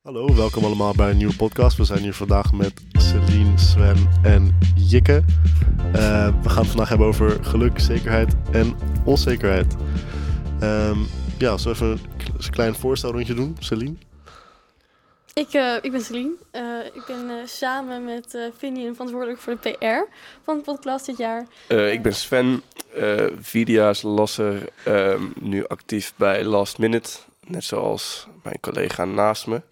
Hallo, welkom allemaal bij een nieuwe podcast. We zijn hier vandaag met Celine, Sven en Jikke. We gaan het vandaag hebben over geluk, zekerheid en onzekerheid. Zullen we even een klein voorstelrondje doen, Celine? Ik ben Celine. Ik ben samen met Finian verantwoordelijk voor de PR van de podcast dit jaar. Ik ben Sven, video's-lasser, nu actief bij Last Minute. Net zoals mijn collega naast me.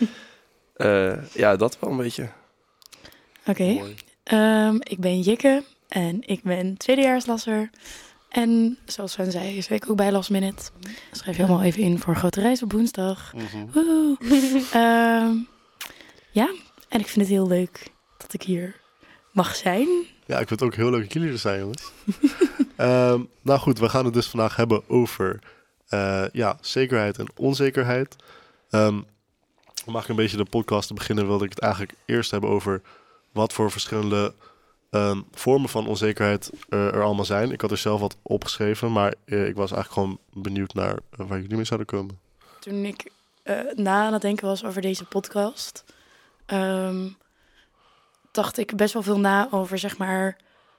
Dat wel een beetje. Oké. Ik ben Jikke en ik ben tweedejaarslasser. En zoals Sven zei, is ik ook bij Last Minute. Schrijf helemaal even in voor Grote Reis op woensdag. Woehoe. En ik vind het heel leuk dat ik hier mag zijn. Ja, ik vind het ook heel leuk dat jullie er zijn, jongens. Nou goed, we gaan het dus vandaag hebben over zekerheid en onzekerheid. Mag ik een beetje de podcast te beginnen, wilde ik het eigenlijk eerst hebben over wat voor verschillende vormen van onzekerheid er allemaal zijn. Ik had er zelf wat opgeschreven, maar ik was eigenlijk gewoon benieuwd naar waar jullie mee zouden komen. Toen ik na aan het denken was over deze podcast, dacht ik best wel veel na over, zeg maar,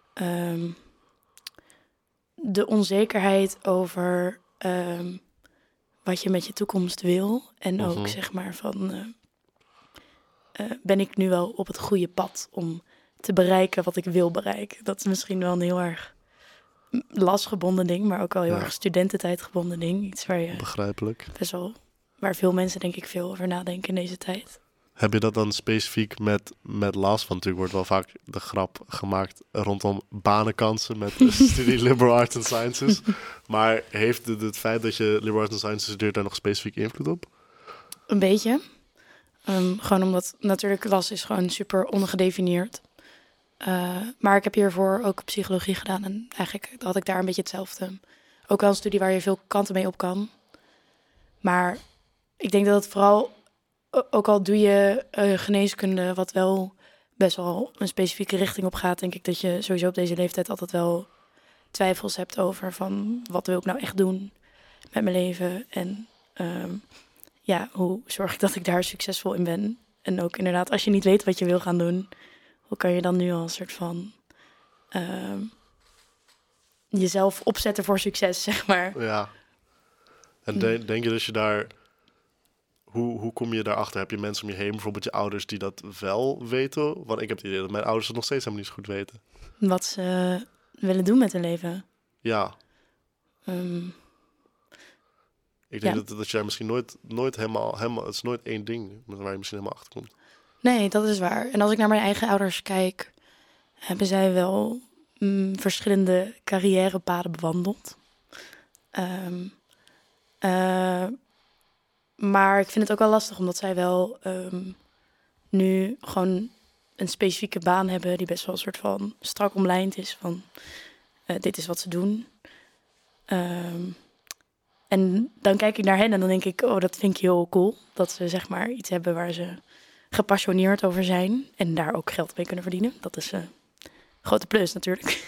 de onzekerheid over wat je met je toekomst wil. En ook, zeg maar, van ben ik nu wel op het goede pad om te bereiken wat ik wil bereiken. Dat is misschien wel een heel erg lasgebonden ding, maar ook wel heel erg studententijdgebonden ding. Iets waar je begrijpelijk. best wel, waar veel mensen denk ik veel over nadenken in deze tijd. Heb je dat dan specifiek met LAS? Want natuurlijk wordt wel vaak de grap gemaakt rondom banenkansen met de studie Liberal Arts and Sciences. Maar heeft het feit dat je Liberal Arts and Sciences studeert daar nog specifiek invloed op? Een beetje. Gewoon omdat natuurlijk LAS is gewoon super ongedefinieerd. Maar ik heb hiervoor ook psychologie gedaan. En eigenlijk had ik daar een beetje hetzelfde. Ook wel een studie waar je veel kanten mee op kan. Maar ik denk dat het vooral, ook al doe je geneeskunde, wat wel best wel een specifieke richting op gaat, denk ik dat je sowieso op deze leeftijd altijd wel twijfels hebt over van wat wil ik nou echt doen met mijn leven. En hoe zorg ik dat ik daar succesvol in ben. En ook inderdaad, als je niet weet wat je wil gaan doen, hoe kan je dan nu al een soort van jezelf opzetten voor succes, zeg maar. Ja. En denk je dat je daar... Hoe kom je daarachter? Heb je mensen om je heen, bijvoorbeeld je ouders, die dat wel weten? Want ik heb het idee dat mijn ouders het nog steeds helemaal niet zo goed weten. Wat ze willen doen met hun leven. Ja. Ik denk dat je daar misschien nooit helemaal... Het is nooit één ding waar je misschien helemaal achter komt. Nee, dat is waar. En als ik naar mijn eigen ouders kijk, hebben zij wel verschillende carrièrepaden bewandeld. Maar ik vind het ook wel lastig, omdat zij wel nu gewoon een specifieke baan hebben die best wel een soort van strak omlijnd is van dit is wat ze doen. En dan kijk ik naar hen en dan denk ik, oh, dat vind ik heel cool. Dat ze, zeg maar, iets hebben waar ze gepassioneerd over zijn en daar ook geld mee kunnen verdienen. Dat is een grote plus natuurlijk.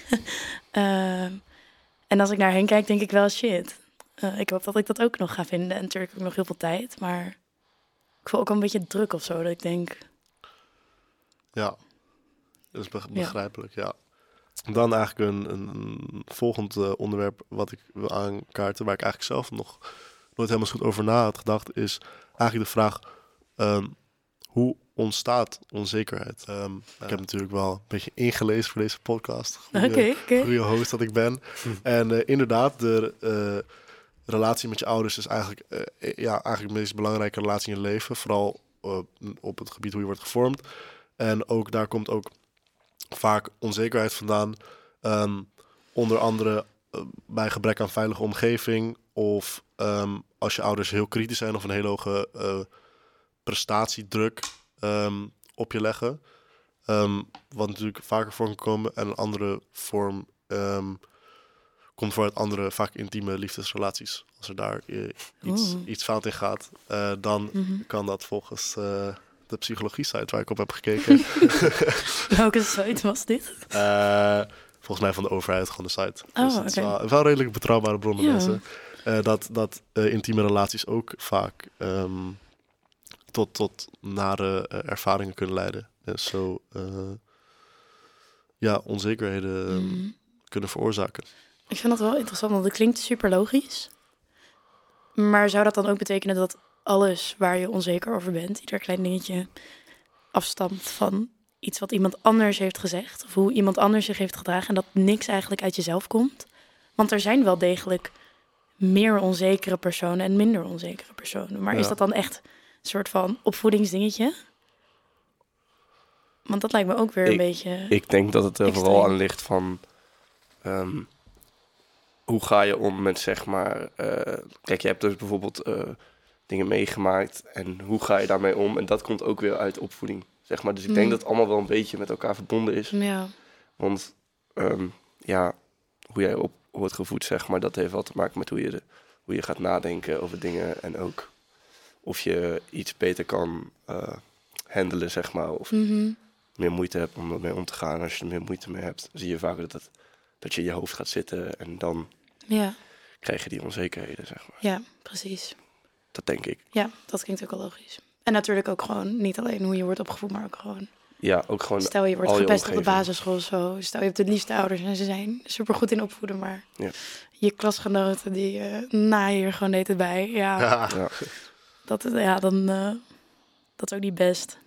En als ik naar hen kijk, denk ik wel, shit. Ik hoop dat ik dat ook nog ga vinden. En natuurlijk heb ik nog heel veel tijd, maar ik voel ook een beetje druk of zo. Dat ik denk... Ja, dat is begrijpelijk, ja. Dan eigenlijk een volgend onderwerp wat ik wil aankaarten, waar ik eigenlijk zelf nog nooit helemaal goed over na had gedacht, is eigenlijk de vraag, hoe ontstaat onzekerheid? Ik heb natuurlijk wel een beetje ingelezen voor deze podcast. Goede host dat ik ben. En inderdaad, de relatie met je ouders is eigenlijk de meest belangrijke relatie in je leven. Vooral op het gebied hoe je wordt gevormd. En ook daar komt ook vaak onzekerheid vandaan. Onder andere bij gebrek aan veilige omgeving. Of als je ouders heel kritisch zijn of een hele hoge prestatiedruk op je leggen. Wat natuurlijk vaker voor kan komen. En een andere vorm komt voor uit andere, vaak intieme liefdesrelaties. Als er daar iets fout in gaat, dan kan dat volgens de psychologie-site waar ik op heb gekeken. Welke site was dit? Volgens mij van de overheid, gewoon de site. Oh, dus het is wel redelijk betrouwbare bronnen, mensen. Dat intieme relaties ook vaak tot nare ervaringen kunnen leiden. En zo onzekerheden kunnen veroorzaken. Ik vind dat wel interessant, want het klinkt super logisch. Maar zou dat dan ook betekenen dat alles waar je onzeker over bent, ieder klein dingetje, afstamt van iets wat iemand anders heeft gezegd? Of hoe iemand anders zich heeft gedragen en dat niks eigenlijk uit jezelf komt? Want er zijn wel degelijk meer onzekere personen en minder onzekere personen. Maar is dat dan echt een soort van opvoedingsdingetje? Want dat lijkt me ook weer een beetje... Ik denk dat het er vooral aan ligt van... hoe ga je om met, zeg maar... kijk, je hebt dus bijvoorbeeld dingen meegemaakt. En hoe ga je daarmee om? En dat komt ook weer uit opvoeding, zeg maar. Dus ik denk dat het allemaal wel een beetje met elkaar verbonden is. Ja. Want hoe jij op wordt gevoed, zeg maar... dat heeft wel te maken met hoe je gaat nadenken over dingen. En ook of je iets beter kan handelen, zeg maar. Of meer moeite hebt om ermee om te gaan. Als je er meer moeite mee hebt, zie je vaker dat je in je hoofd gaat zitten. En dan krijg je die onzekerheden, zeg maar. Ja, precies. Dat denk ik. Ja, dat klinkt ook wel logisch. En natuurlijk ook gewoon niet alleen hoe je wordt opgevoed, maar ook gewoon... Ja, ook gewoon... Stel je wordt gepest op de basisschool of zo. Stel je hebt de liefste ouders en ze zijn supergoed in opvoeden, maar je klasgenoten die naaien er gewoon de hele tijd bij. Ja. Dat is ook niet best.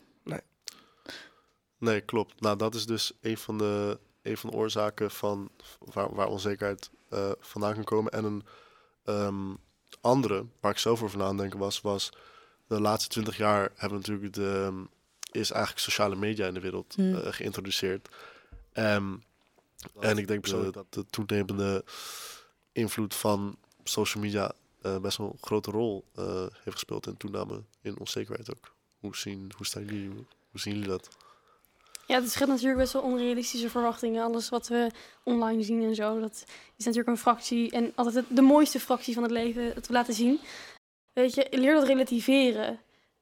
Nee, klopt. Nou, dat is dus een van de oorzaken van waar onzekerheid vandaan kan komen. En een andere, waar ik zelf over na aan denken was de laatste 20 jaar hebben natuurlijk is eigenlijk sociale media in de wereld geïntroduceerd. En ik denk persoonlijk dat de toenemende invloed van social media best wel een grote rol heeft gespeeld in toename in onzekerheid ook. Hoe zien jullie dat? Ja, het schept natuurlijk best wel onrealistische verwachtingen. Alles wat we online zien en zo, dat is natuurlijk een fractie. En altijd de mooiste fractie van het leven dat we laten zien. Weet je, leer dat relativeren.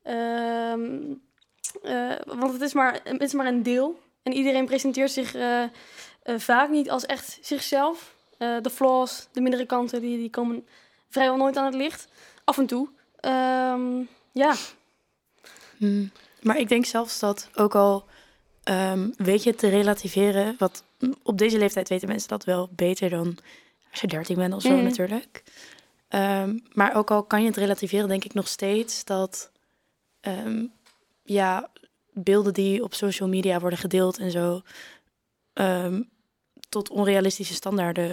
Want het is maar een deel. En iedereen presenteert zich vaak niet als echt zichzelf. De flaws, de mindere kanten, die komen vrijwel nooit aan het licht. Af en toe. Maar ik denk zelfs dat ook al weet je te relativeren... wat op deze leeftijd weten mensen dat wel beter dan als je 13 bent of zo natuurlijk. Maar ook al kan je het relativeren, denk ik nog steeds dat... beelden die op social media worden gedeeld en zo... tot onrealistische standaarden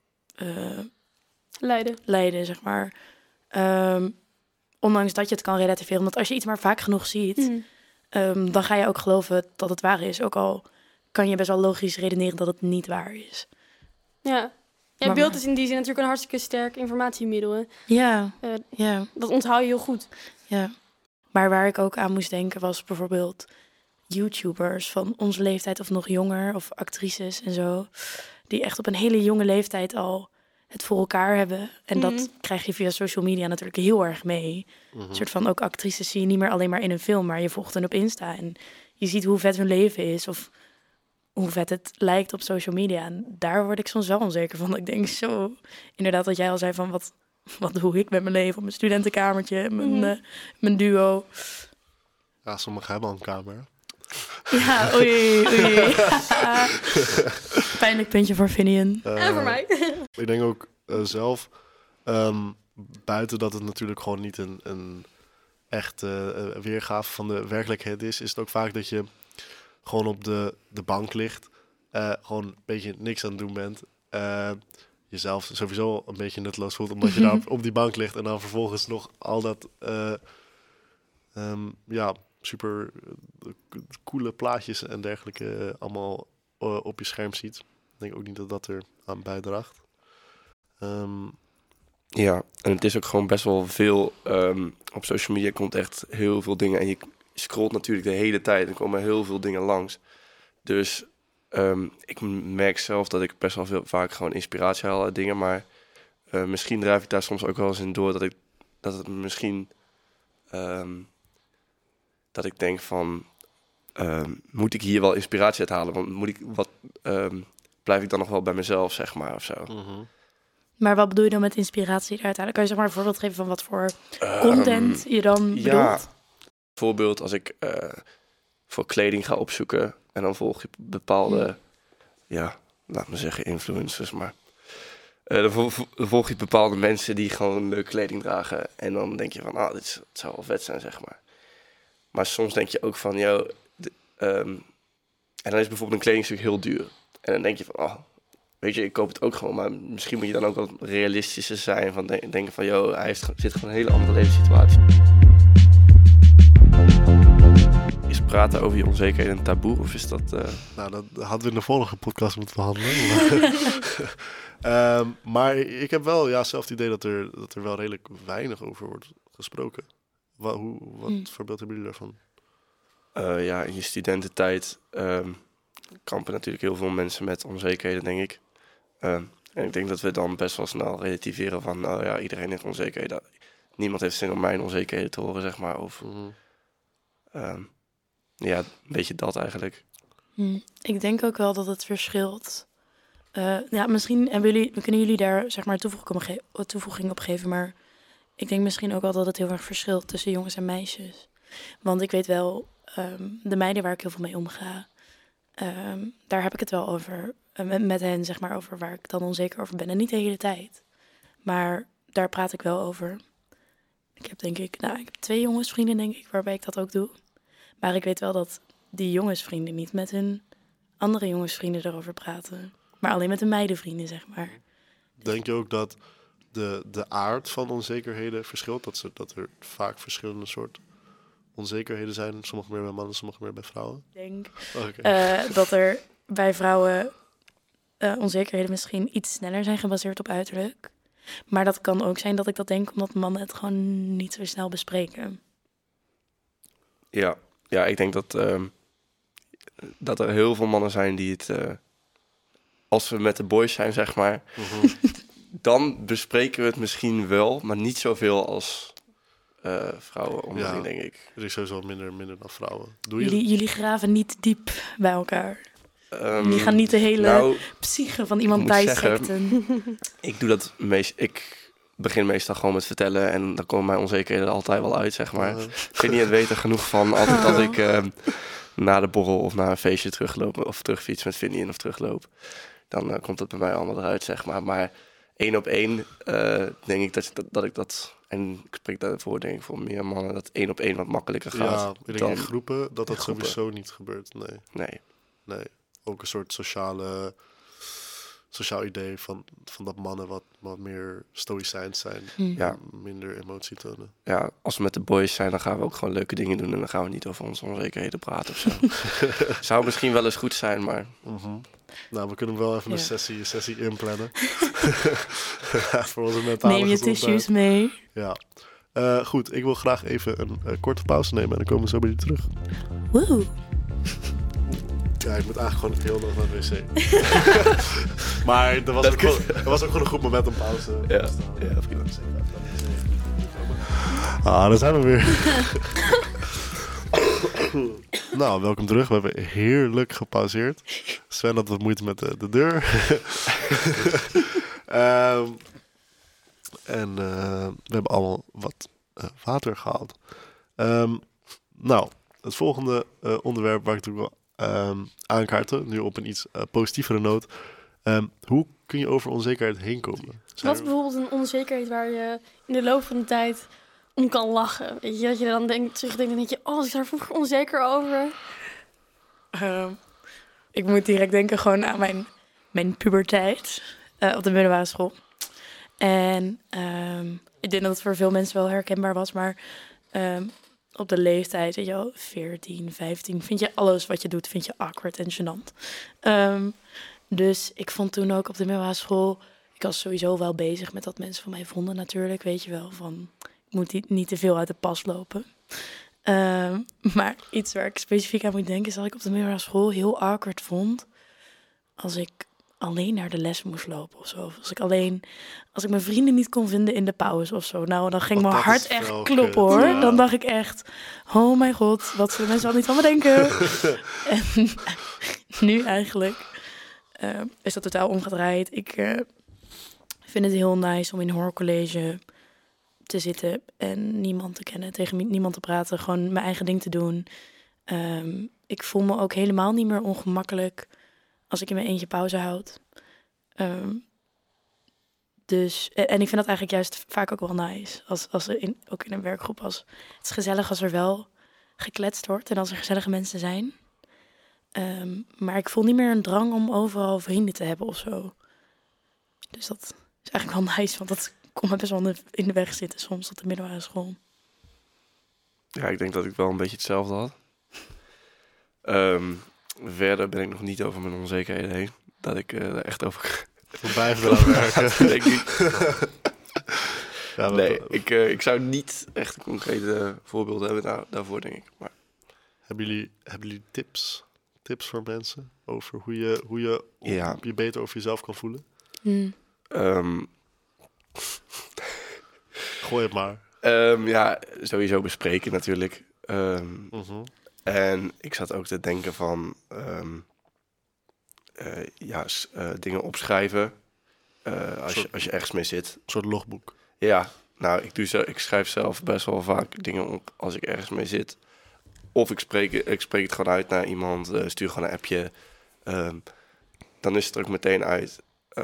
leiden, zeg maar. Ondanks dat je het kan relativeren. Want als je iets maar vaak genoeg ziet... dan ga je ook geloven dat het waar is. Ook al kan je best wel logisch redeneren dat het niet waar is. Ja, beeld is in die zin natuurlijk een hartstikke sterk informatiemiddel. Ja. Dat onthoud je heel goed. Ja. Maar waar ik ook aan moest denken was bijvoorbeeld YouTubers van onze leeftijd of nog jonger, of actrices en zo, die echt op een hele jonge leeftijd al het voor elkaar hebben. En dat krijg je via social media natuurlijk heel erg mee. Een soort van ook actrices zie je niet meer alleen maar in een film, maar je volgt hen op Insta en je ziet hoe vet hun leven is of hoe vet het lijkt op social media. En daar word ik soms wel onzeker van. Ik denk zo, inderdaad wat jij al zei van wat doe ik met mijn leven op mijn studentenkamertje, mijn duo. Ja, sommigen hebben al een kamer. Ja, oei. Pijnlijk puntje voor Finian. En voor mij. Ik denk ook zelf, buiten dat het natuurlijk gewoon niet een echte weergave van de werkelijkheid is het ook vaak dat je gewoon op de bank ligt, gewoon een beetje niks aan het doen bent. Jezelf sowieso een beetje nutteloos voelt, omdat je daar op die bank ligt en dan vervolgens nog al dat super coole plaatjes en dergelijke allemaal op je scherm ziet. Ik denk ook niet dat dat er aan bijdraagt. Ja, en het is ook gewoon best wel veel. Op social media komt echt heel veel dingen. En je scrolt natuurlijk de hele tijd. Er komen heel veel dingen langs. Dus ik merk zelf dat ik best wel vaak gewoon inspiratie haal uit dingen. Maar misschien drijf ik daar soms ook wel eens in door dat ik denk van, moet ik hier wel inspiratie uit halen? Want blijf ik dan nog wel bij mezelf, zeg maar, of zo. Maar wat bedoel je dan met inspiratie eruit halen? Kan je zeg maar een voorbeeld geven van wat voor content je dan bedoelt? Bijvoorbeeld als ik voor kleding ga opzoeken en dan volg je bepaalde, laat me zeggen influencers, maar dan volg je bepaalde mensen die gewoon leuke kleding dragen en dan denk je van, het zou wel vet zijn, zeg maar. Maar soms denk je ook van, en dan is bijvoorbeeld een kledingstuk heel duur. En dan denk je van, weet je, ik koop het ook gewoon. Maar misschien moet je dan ook wat realistischer zijn. Van denken van, hij zit gewoon in een hele andere levenssituatie. Is praten over je onzekerheden een taboe? Of is dat... Nou, dat hadden we in de volgende podcast moeten behandelen. Maar ik heb wel zelf het idee dat er wel redelijk weinig over wordt gesproken. Wat voorbeeld hebben jullie daarvan? In je studententijd kampen natuurlijk heel veel mensen met onzekerheden, denk ik. En ik denk dat we dan best wel snel relativeren van, iedereen heeft onzekerheden. Niemand heeft zin om mijn onzekerheden te horen, zeg maar. Of, een beetje dat eigenlijk. Ik denk ook wel dat het verschilt. Misschien kunnen jullie daar zeg maar toevoeging op geven, maar ik denk misschien ook wel dat het heel erg verschilt tussen jongens en meisjes. Want ik weet wel, de meiden waar ik heel veel mee omga, daar heb ik het wel over. Met hen, zeg maar, over waar ik dan onzeker over ben. En niet de hele tijd. Maar daar praat ik wel over. Ik heb 2 jongensvrienden, denk ik, waarbij ik dat ook doe. Maar ik weet wel dat die jongensvrienden niet met hun andere jongensvrienden erover praten. Maar alleen met de meidenvrienden, zeg maar. Denk je ook dat de aard van onzekerheden verschilt? Dat er vaak verschillende soorten onzekerheden zijn? Sommige meer bij mannen, sommige meer bij vrouwen? Ik denk dat er bij vrouwen onzekerheden misschien iets sneller zijn gebaseerd op uiterlijk. Maar dat kan ook zijn dat ik dat denk omdat mannen het gewoon niet zo snel bespreken. Ja, ik denk dat er heel veel mannen zijn die het... als we met de boys zijn, zeg maar... dan bespreken we het misschien wel, maar niet zoveel als vrouwen onderling, denk ik. Er is sowieso minder dan vrouwen. Jullie graven niet diep bij elkaar. Die gaan niet de hele psyche van iemand bijschekten. Ik doe dat ik begin meestal gewoon met vertellen en dan komen mijn onzekerheden altijd wel uit, zeg maar. Ik vind niet het weten genoeg van altijd als ik na de borrel of na een feestje terugloop of terugfiets met Vinnie of terugloop. Dan komt het bij mij allemaal eruit, zeg maar. Maar 1 op 1 denk ik dat ik dat... En ik spreek daarvoor, denk ik, voor meer mannen... dat 1 op 1 wat makkelijker gaat. Ja, ik denk in groepen dat sowieso niet gebeurt, Nee. Ook een soort sociaal idee van dat mannen wat meer stoïcijns zijn. Ja. Minder emotie tonen. Ja, als we met de boys zijn, dan gaan we ook gewoon leuke dingen doen... en dan gaan we niet over onze onzekerheden praten of zo. Zou misschien wel eens goed zijn, maar... Nou, we kunnen wel even een sessie inplannen. Voor onze mentale Neem je tissues mee. Ja. Goed, ik wil graag even een korte pauze nemen... en dan komen we zo bij jullie terug. Woe! Ja, ik moet eigenlijk gewoon heel nog naar de wc. Maar er was ook gewoon een goed moment om pauze. Ja, daar zijn we weer. Nou, welkom terug. We hebben heerlijk gepauzeerd. Sven had wat moeite met de deur. En we hebben allemaal wat water gehaald. Nou, het volgende onderwerp waar ik natuurlijk wel aankaarten, nu op een iets positievere noot. Hoe kun je over onzekerheid heen komen? Wat is bijvoorbeeld een onzekerheid waar je in de loop van de tijd om kan lachen? Weet je, dat je dan terugdenkt en denk je, was ik daar vroeger onzeker over? Ik moet direct denken gewoon aan mijn puberteit op de middelbare school. En ik denk dat het voor veel mensen wel herkenbaar was, maar op de leeftijd, weet je wel, 14, 15, vind je alles wat je doet, vind je awkward en gênant. Dus ik vond toen ook op de middelbare school, ik was sowieso wel bezig met wat mensen van mij vonden natuurlijk, weet je wel, van ik moet niet te veel uit de pas lopen. Maar iets waar ik specifiek aan moet denken is dat ik op de middelbare school heel awkward vond als ik alleen naar de les moest lopen of zo. Of als ik mijn vrienden niet kon vinden in de pauze of zo. Nou, dan ging mijn hart echt kloppen, hoor. Ja. Dan dacht ik echt, oh mijn god, wat zullen mensen al niet van me denken? En nu eigenlijk is dat totaal omgedraaid. Ik vind het heel nice om in hoorcollege te zitten en niemand te kennen, tegen niemand te praten, gewoon mijn eigen ding te doen. Ik voel me ook helemaal niet meer ongemakkelijk als ik in mijn eentje pauze houd. Dus, en ik vind dat eigenlijk juist vaak ook wel nice. Als er ook in een werkgroep, het is gezellig als er wel gekletst wordt en als er gezellige mensen zijn. Maar ik voel niet meer een drang om overal vrienden te hebben of zo. Dus dat is eigenlijk wel nice, want dat kon me best wel in de weg zitten soms op de middelbare school. Ja, ik denk dat ik wel een beetje hetzelfde had. Verder ben ik nog niet over mijn onzekerheden heen. Dat ik er echt over voorbij wil werken. Denk ik. Nee, ik zou niet echt een concrete voorbeeld hebben daarvoor, denk ik. Maar Hebben jullie tips voor mensen over hoe je je beter over jezelf kan voelen? Gooi het maar. Ja, sowieso bespreken natuurlijk. En ik zat ook te denken van dingen opschrijven als je ergens mee zit. Een soort logboek. Ja, nou, ik schrijf zelf best wel vaak dingen op als ik ergens mee zit. Of ik spreek het gewoon uit naar iemand, stuur gewoon een appje. Dan is het er ook meteen uit.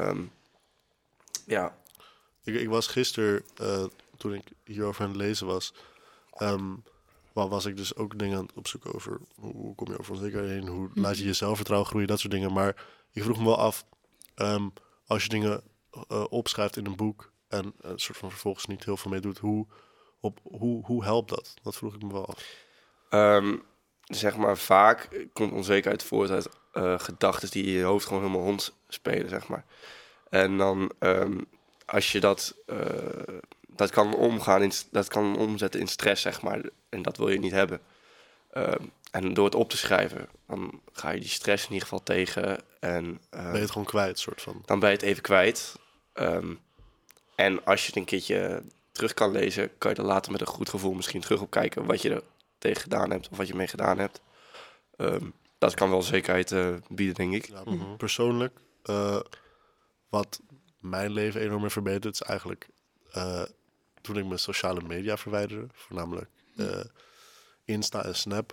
Ja. Ik was gisteren, toen ik hierover aan het lezen was, was ik dus ook dingen aan het opzoeken over hoe kom je over onzekerheid heen, hoe laat je je zelfvertrouwen groeien, dat soort dingen. Maar ik vroeg me wel af, als je dingen opschrijft in een boek en een soort van vervolgens niet heel veel mee doet, hoe helpt dat? Dat vroeg ik me wel af. Zeg maar, vaak komt onzekerheid voort uit gedachten die in je hoofd gewoon helemaal rondspelen, zeg maar. En dan, als je dat kan omzetten in stress, zeg maar. En dat wil je niet hebben. En door het op te schrijven, dan ga je die stress in ieder geval tegen. En ben je het gewoon kwijt, soort van. Dan ben je het even kwijt. En als je het een keertje terug kan lezen, kan je er later met een goed gevoel misschien terug op kijken wat je er tegen gedaan hebt of wat je mee gedaan hebt. Dat kan wel zekerheid bieden, denk ik. Ja, persoonlijk, wat mijn leven enorm heeft verbeterd, is eigenlijk toen ik mijn sociale media verwijderde, voornamelijk Insta en Snap,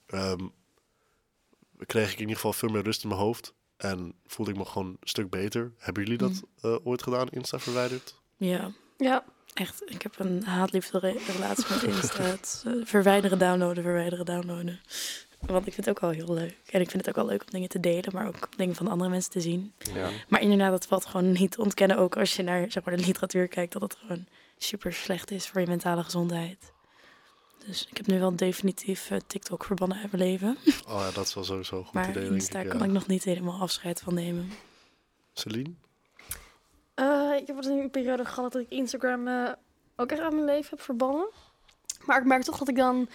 kreeg ik in ieder geval veel meer rust in mijn hoofd en voelde ik me gewoon een stuk beter. Hebben jullie dat ooit gedaan, Insta verwijderd? Ja. Echt, ik heb een haat-liefde relatie met Insta. Het, verwijderen, downloaden. Want ik vind het ook wel heel leuk. En ik vind het ook wel leuk om dingen te delen, maar ook dingen van andere mensen te zien. Ja. Maar inderdaad, dat valt gewoon niet te ontkennen. Ook als je naar zeg maar, de literatuur kijkt, dat het gewoon super slecht is voor je mentale gezondheid. Dus ik heb nu wel definitief TikTok verbannen uit mijn leven. Oh ja, dat is wel sowieso een goed maar idee. Maar Insta kan ik nog niet helemaal afscheid van nemen. Celine? Ik heb een periode gehad dat ik Instagram ook echt uit mijn leven heb verbannen. Maar ik merk toch dat ik dan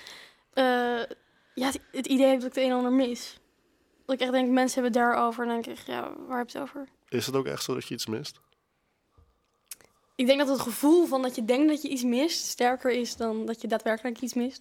het idee heb dat ik het een en ander mis. Dat ik echt denk, mensen hebben het daarover. En dan denk ik, waar heb je het over? Is het ook echt zo dat je iets mist? Ik denk dat het gevoel van dat je denkt dat je iets mist sterker is dan dat je daadwerkelijk iets mist.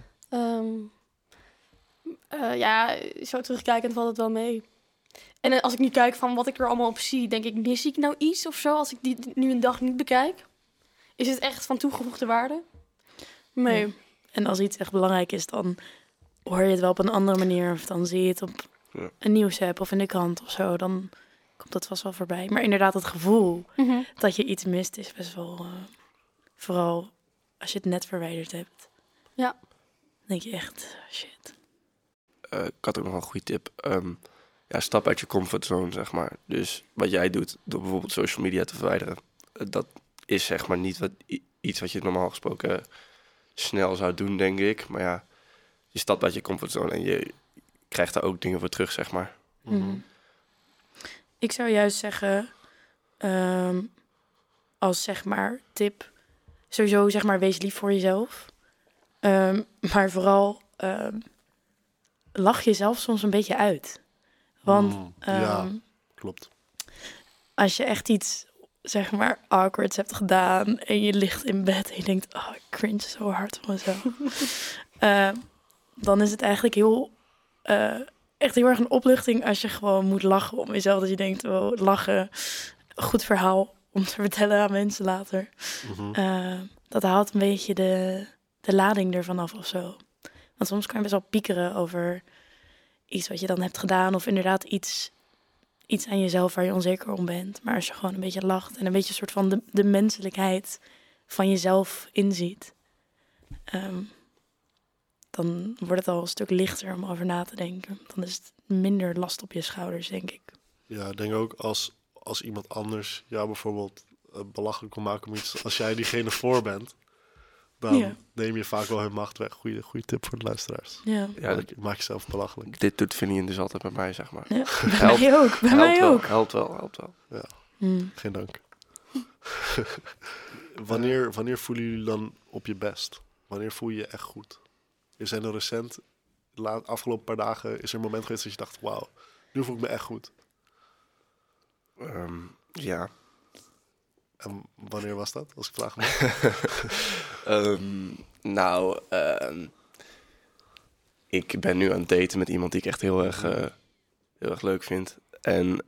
Zo terugkijkend valt het wel mee. En als ik nu kijk van wat ik er allemaal op zie, denk ik, mis ik nou iets of zo als ik die nu een dag niet bekijk? Is het echt van toegevoegde waarde? Nee. Ja. En als iets echt belangrijk is, dan hoor je het wel op een andere manier. Of dan zie je het op een nieuwsapp of in de krant of zo. Dan komt dat vast wel voorbij. Maar inderdaad, het gevoel dat je iets mist is best wel... vooral als je het net verwijderd hebt. Ja. Dan denk je echt, shit. Ik had ook nog een goede tip. Stap uit je comfortzone, zeg maar. Dus wat jij doet door bijvoorbeeld social media te verwijderen, dat is zeg maar niet iets wat je normaal gesproken snel zou doen, denk ik. Maar ja, je stapt uit je comfortzone en je krijgt daar ook dingen voor terug, zeg maar. Ik zou juist zeggen, als zeg maar tip, sowieso zeg maar wees lief voor jezelf. Maar vooral lach jezelf soms een beetje uit. Want ja, klopt. Als je echt iets, zeg maar, awkwards hebt gedaan en je ligt in bed en je denkt, ik cringe zo hard van mezelf. Dan is het eigenlijk echt heel erg een opluchting als je gewoon moet lachen om jezelf. Dat je denkt, lachen, goed verhaal om te vertellen aan mensen later. dat haalt een beetje de lading ervan af of zo. Want soms kan je best wel piekeren over iets wat je dan hebt gedaan. Of inderdaad iets aan jezelf waar je onzeker om bent. Maar als je gewoon een beetje lacht en een beetje een soort van de menselijkheid van jezelf inziet. Dan wordt het al een stuk lichter om over na te denken. Dan is het minder last op je schouders, denk ik. Ja, ik denk ook als iemand anders jou bijvoorbeeld belachelijk kon maken om iets, als jij diegene voor bent, dan neem je vaak wel hun macht weg. Goeie tip voor de luisteraars. Ja, Maak jezelf belachelijk. Dit doet Finian dus altijd bij mij, zeg maar. ja. Bij mij ook. Bij mij ook. Helpt wel. Ja, geen dank. Wanneer voelen jullie dan op je best? Wanneer voel je je echt goed? Is er recent, de afgelopen paar dagen, is er een moment geweest dat je dacht, wauw, nu voel ik me echt goed? Ja. En wanneer was dat, als ik vraag me? Ik ben nu aan het daten met iemand die ik echt heel erg leuk vind. En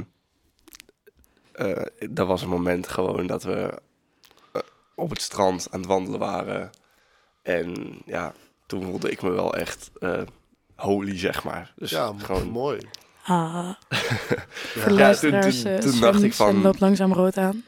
dat was een moment gewoon dat we op het strand aan het wandelen waren. En ja, toen voelde ik me wel echt holy, zeg maar. Dus Ja, gewoon mooi. Voor luisteraars, toen dacht ik van, loopt langzaam rood aan.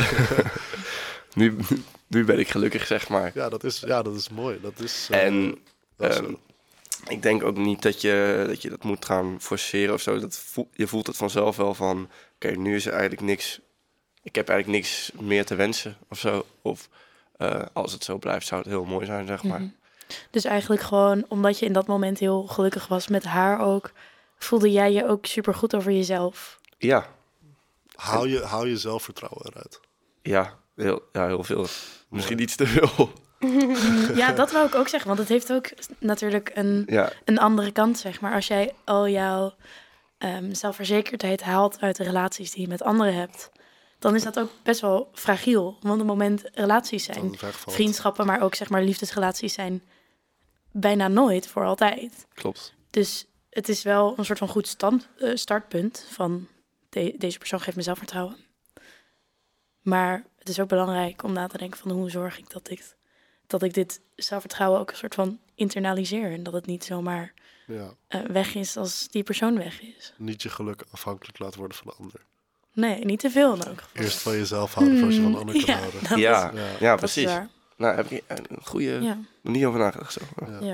nu ben ik gelukkig, zeg maar. Ja, dat is mooi. Dat is, en ik denk ook niet dat je dat moet gaan forceren of zo. Je voelt het vanzelf wel van, oké, nu is er eigenlijk niks. Ik heb eigenlijk niks meer te wensen of zo. Of als het zo blijft, zou het heel mooi zijn, zeg maar. Mm-hmm. Dus eigenlijk gewoon, omdat je in dat moment heel gelukkig was met haar ook, voelde jij je ook super goed over jezelf? Ja. Haal je zelfvertrouwen eruit? Ja, heel veel. Misschien iets te veel. Ja, dat wou ik ook zeggen, want het heeft ook natuurlijk een andere kant, zeg maar. Als jij al jouw zelfverzekerdheid haalt uit de relaties die je met anderen hebt, dan is dat ook best wel fragiel. Want op het moment relaties zijn, vriendschappen, maar ook zeg maar liefdesrelaties zijn bijna nooit voor altijd. Klopt. Dus het is wel een soort van goed startpunt van deze persoon geeft me zelfvertrouwen. Maar het is ook belangrijk om na te denken van hoe zorg ik dat ik dit zelfvertrouwen ook een soort van internaliseer. En dat het niet zomaar weg is als die persoon weg is. Niet je geluk afhankelijk laten worden van de ander. Nee, niet te veel in elk geval. Eerst van jezelf houden voordat je van de ander kan houden. Ja, precies. Nou, heb ik een goede... niet over nagedacht zo.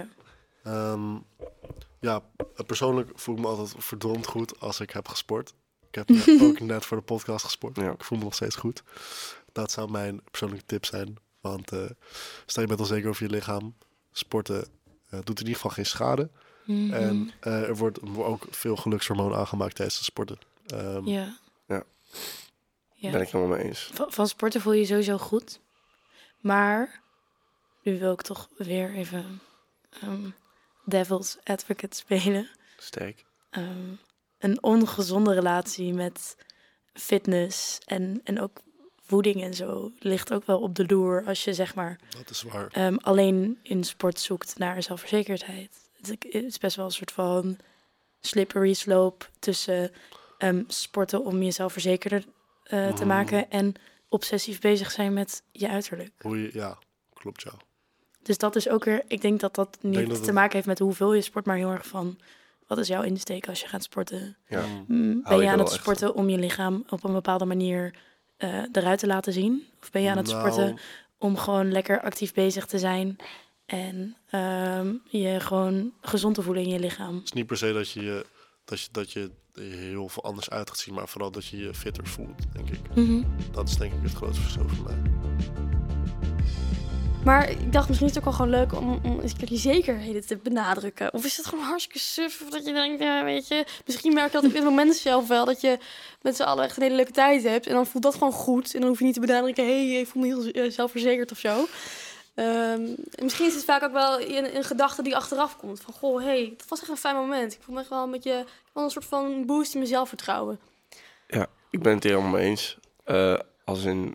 Persoonlijk voel ik me altijd verdomd goed als ik heb gesport. Ik heb ook net voor de podcast gesport. Ja. Ik voel me nog steeds goed. Dat zou mijn persoonlijke tip zijn. Want stel je bent onzeker over je lichaam. Sporten doet in ieder geval geen schade. Mm-hmm. En er wordt ook veel gelukshormoon aangemaakt tijdens het sporten. Ben ik helemaal mee eens. Van sporten voel je sowieso goed. Maar nu wil ik toch weer even devil's advocate spelen. Sterk. Een ongezonde relatie met fitness en ook voeding en zo ligt ook wel op de loer als je zeg maar dat is waar. Alleen in sport zoekt naar zelfverzekerdheid. Het is best wel een soort van slippery slope tussen sporten om je zelfverzekerder te maken en obsessief bezig zijn met je uiterlijk. Ja, klopt, ja. Dus dat is ook weer, ik denk dat niet te maken heeft met hoeveel je sport, maar heel erg van, wat is jouw insteek als je gaat sporten? Ja. Ben je aan het sporten om je lichaam op een bepaalde manier eruit te laten zien? Of ben je aan het sporten om gewoon lekker actief bezig te zijn en je gewoon gezond te voelen in je lichaam? Het is niet per se dat je heel veel anders uit gaat zien, maar vooral dat je je fitter voelt, denk ik. Mm-hmm. Dat is denk ik het grootste verschil voor mij. Maar ik dacht, misschien is het ook wel gewoon leuk om eens een keer die zekerheden te benadrukken. Of is het gewoon hartstikke suf? Of dat je denkt, ja, weet je, misschien merk je dat op dit moment zelf wel, dat je met z'n allen echt een hele leuke tijd hebt. En dan voelt dat gewoon goed. En dan hoef je niet te benadrukken, ik voel me heel zelfverzekerd of zo. Misschien is het vaak ook wel een gedachte die achteraf komt. Van, goh, dat was echt een fijn moment. Ik voel me echt wel een soort van boost in mijn zelfvertrouwen. Ja, ik ben het hier helemaal mee eens. Als in...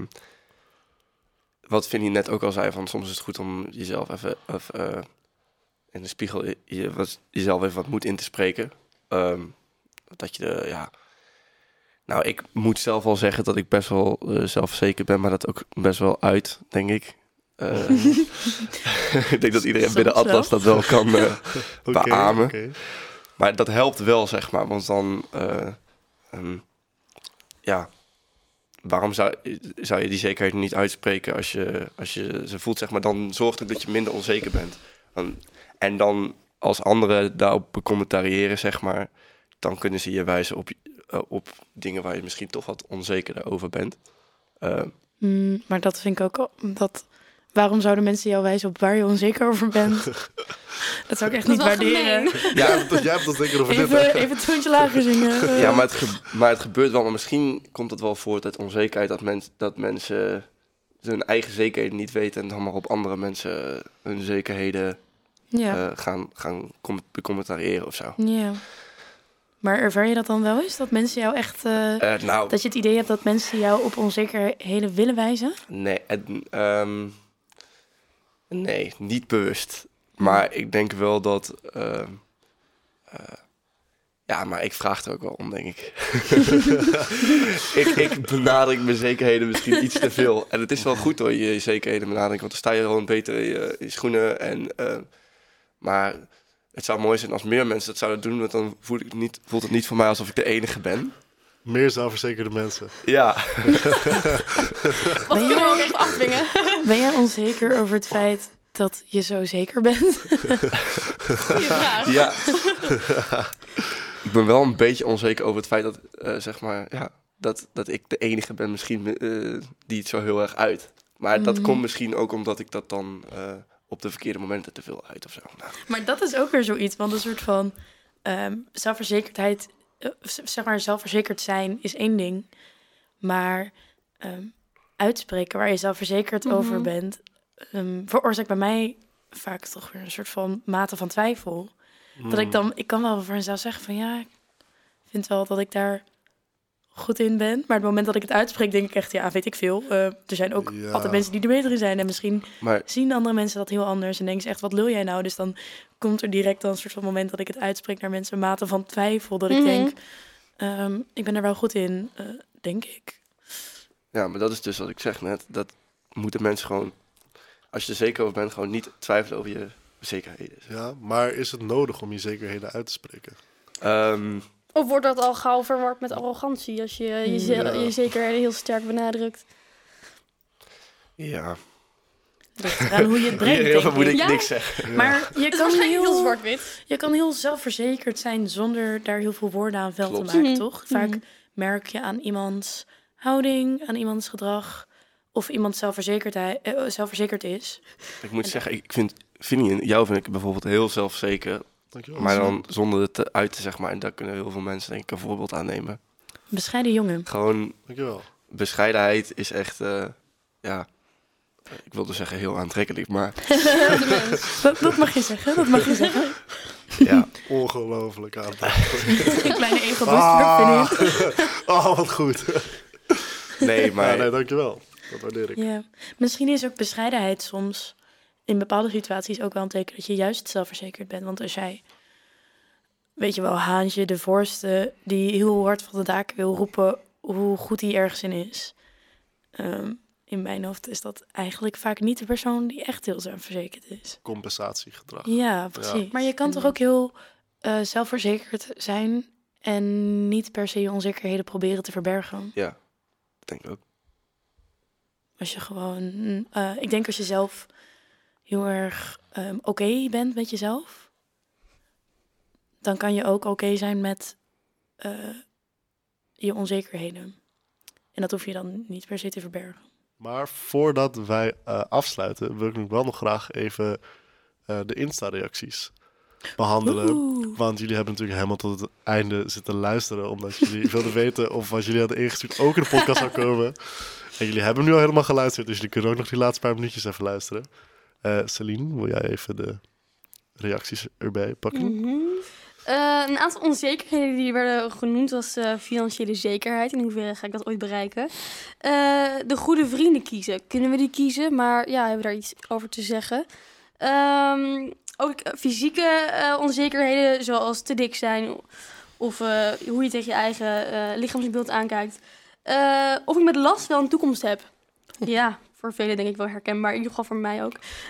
wat Vinnie net ook al zei, van soms is het goed om jezelf even in de spiegel jezelf even wat moed in te spreken. Dat je Nou, ik moet zelf wel zeggen dat ik best wel zelfverzekerd ben, maar dat ook best wel uit, denk ik. Ik denk dat iedereen binnen Atlas dat wel kan beamen. Okay. Maar dat helpt wel, zeg maar. Want dan, waarom zou je die zekerheid niet uitspreken als je ze voelt, zeg maar. Dan zorgt het dat je minder onzeker bent. En dan, als anderen daarop becommentariëren, zeg maar, dan kunnen ze je wijzen op dingen waar je misschien toch wat onzekerder over bent. Maar dat vind ik ook... Waarom zouden mensen jou wijzen op waar je onzeker over bent? Dat zou ik echt niet waarderen. Ja, jij hebt dat zeker over even het toontje lager zingen. Ja, maar het gebeurt wel. Maar misschien komt het wel voort uit onzekerheid dat mensen hun eigen zekerheden niet weten en dan maar op andere mensen hun zekerheden gaan becommentariëren of zo. Ja. Maar ervaar je dat dan wel eens? Dat mensen jou echt... dat je het idee hebt dat mensen jou op onzekerheden willen wijzen? Nee, niet bewust. Maar ik denk wel dat... maar ik vraag er ook wel om, denk ik. Ik benadruk mijn zekerheden misschien iets te veel. En het is wel goed hoor, je zekerheden benadrukken. Want dan sta je gewoon beter in je schoenen. Maar het zou mooi zijn als meer mensen dat zouden doen. Want dan voelt het niet voor mij alsof ik de enige ben. Meer zelfverzekerde mensen. Ja. Wat kunnen we ook even afdwingen? Ben jij onzeker over het feit dat je zo zeker bent? Goeie vraag. Ja. Ik ben wel een beetje onzeker over het feit dat ik de enige ben misschien die het zo heel erg uit. Maar dat komt misschien ook omdat ik dat dan op de verkeerde momenten te veel uit of zo. Nou. Maar dat is ook weer zoiets, want een soort van zelfverzekerdheid, zelfverzekerd zijn is één ding. Maar uitspreken waar je zelfverzekerd over bent, veroorzaakt bij mij vaak toch weer een soort van mate van twijfel. Dat ik kan wel voor mezelf zeggen van ja, ik vind wel dat ik daar goed in ben. Maar het moment dat ik het uitspreek, denk ik echt, ja, weet ik veel. Er zijn ook altijd mensen die er beter in zijn. En misschien zien andere mensen dat heel anders. En denken ze echt, wat lul jij nou? Dus dan komt er direct dan een soort van moment dat ik het uitspreek naar mensen. Een mate van twijfel. Dat ik denk, ik ben er wel goed in, denk ik. Ja, maar dat is dus wat ik zeg net. Dat moeten mensen gewoon, als je er zeker over bent, gewoon niet twijfelen over je zekerheden. Ja, maar is het nodig om je zekerheden uit te spreken? Of wordt dat al gauw verward met arrogantie als je je zekerheden heel sterk benadrukt? Ja. Ligt eraan hoe je het brengt, Heel moet ik Ja. niks zeggen. Maar je kan heel zwart-wit. Je kan heel zelfverzekerd zijn zonder daar heel veel woorden aan vuil te Klopt. maken, toch? Vaak merk je aan iemands houding, aan iemands gedrag, of iemand zelfverzekerd is. Ik moet zeggen, ik vind jou vind ik bijvoorbeeld heel zelfzeker. Dankjewel. Maar dan zonder het te uiten, zeg maar. En daar kunnen heel veel mensen denk ik een voorbeeld aan nemen. Bescheiden jongen. Gewoon Dankjewel. bescheidenheid is echt, ik wilde zeggen heel aantrekkelijk, maar Dat mag je zeggen, dat mag je zeggen. ja. Ongelooflijk aantrekkelijk. Een kleine ego-booster vind ik. Oh, wat goed. Nee, maar Nee, dankjewel. Dat waardeer ik. Ja. Misschien is ook bescheidenheid soms in bepaalde situaties ook wel een teken dat je juist zelfverzekerd bent. Want als jij, weet je wel, Haantje de voorste, die heel hard van de daken wil roepen hoe goed hij ergens in is. In mijn hoofd is dat eigenlijk vaak niet de persoon die echt heel zelfverzekerd is. Compensatiegedrag. Ja, precies. Ja. Maar je kan toch ook heel zelfverzekerd zijn en niet per se je onzekerheden proberen te verbergen. ja, dat denk ik ook. Als je gewoon, ik denk als je zelf heel erg oké bent met jezelf, dan kan je ook oké zijn met je onzekerheden. En dat hoef je dan niet per se te verbergen. Maar voordat wij afsluiten, wil ik nog wel nog graag even de Insta-reacties behandelen. Oeh. Want jullie hebben natuurlijk helemaal tot het einde zitten luisteren, omdat jullie wilden weten of wat jullie hadden ingestuurd ook in de podcast zou komen. En jullie hebben hem nu al helemaal geluisterd, dus jullie kunnen ook nog die laatste paar minuutjes even luisteren. Celine, wil jij even de reacties erbij pakken? Een aantal onzekerheden die werden genoemd was financiële zekerheid. In hoeverre ga ik dat ooit bereiken? De goede vrienden kiezen. Kunnen we die kiezen? Maar ja, hebben we daar iets over te zeggen? Ook fysieke onzekerheden, zoals te dik zijn Of hoe je tegen je eigen lichaamsbeeld aankijkt. Of ik met last wel een toekomst heb. Ja, voor velen denk ik wel herkenbaar. In ieder geval voor mij ook.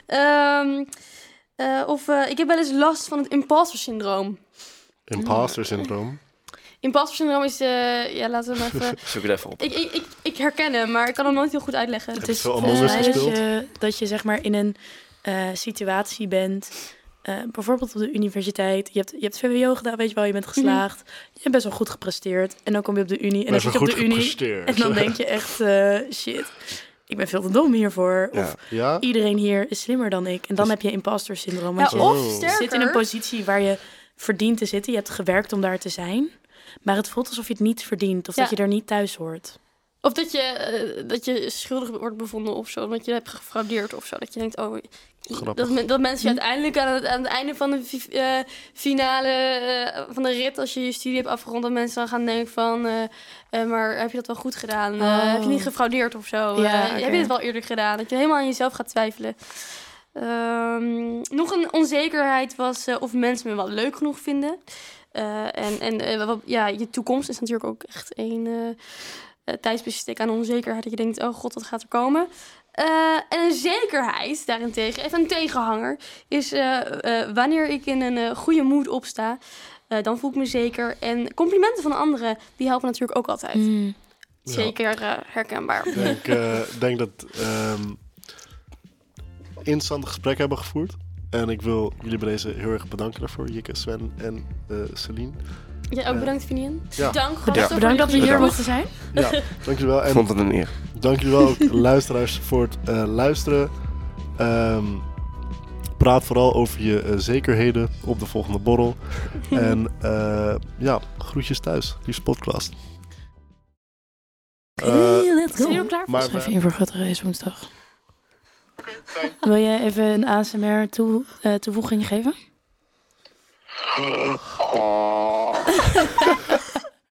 Of ik heb wel eens last van het imposter syndroom. Imposter syndroom? Imposter syndroom is... laten we maar even... Zoek het even op. Ik herken hem, maar ik kan hem nooit heel goed uitleggen. Heb Het je is veel Among Us gespeeld? dat je zeg maar in een situatie bent, bijvoorbeeld op de universiteit. Je hebt VWO gedaan, weet je wel, je bent geslaagd. Je hebt best wel goed gepresteerd. En dan kom je op de unie en dan zit je op de unie. En dan denk je echt, shit, ik ben veel te dom hiervoor. Of iedereen hier is slimmer dan ik. En dan heb je imposter syndroom. Want je zit in een positie waar je verdient te zitten. Je hebt gewerkt om daar te zijn. Maar het voelt alsof je het niet verdient. Of dat je er niet thuis hoort. Of dat je schuldig wordt bevonden of zo. Omdat je hebt gefraudeerd of zo. Dat je denkt, dat mensen je uiteindelijk aan het einde van de finale van de rit, als je je studie hebt afgerond, dat mensen dan gaan denken van, maar heb je dat wel goed gedaan? Heb je niet gefraudeerd of zo? Heb je het wel eerder gedaan? Dat je helemaal aan jezelf gaat twijfelen. Nog een onzekerheid was of mensen me wel leuk genoeg vinden. Je toekomst is natuurlijk ook echt een tijdsbestek aan onzekerheid. Dat je denkt, oh god, wat gaat er komen? En een zekerheid, daarentegen, even een tegenhanger, is wanneer ik in een goede mood opsta, dan voel ik me zeker. En complimenten van anderen, die helpen natuurlijk ook altijd. Zeker herkenbaar. Ik denk dat interessante gesprek hebben gevoerd. En ik wil jullie bij deze heel erg bedanken daarvoor. Jikke, Sven en Celine. Ja, ook bedankt, Vinien. Ja. Bedankt dat we hier mochten zijn. Ja, dank jullie wel. En vond het een eer. Dank jullie wel ook, luisteraars, voor het luisteren. Praat vooral over je zekerheden op de volgende borrel. En groetjes thuis. Liefst podcast. Let's go. Ben klaar? Maar Schrijf in voor Gutterreis woensdag. Wil jij even een ASMR toevoeging geven?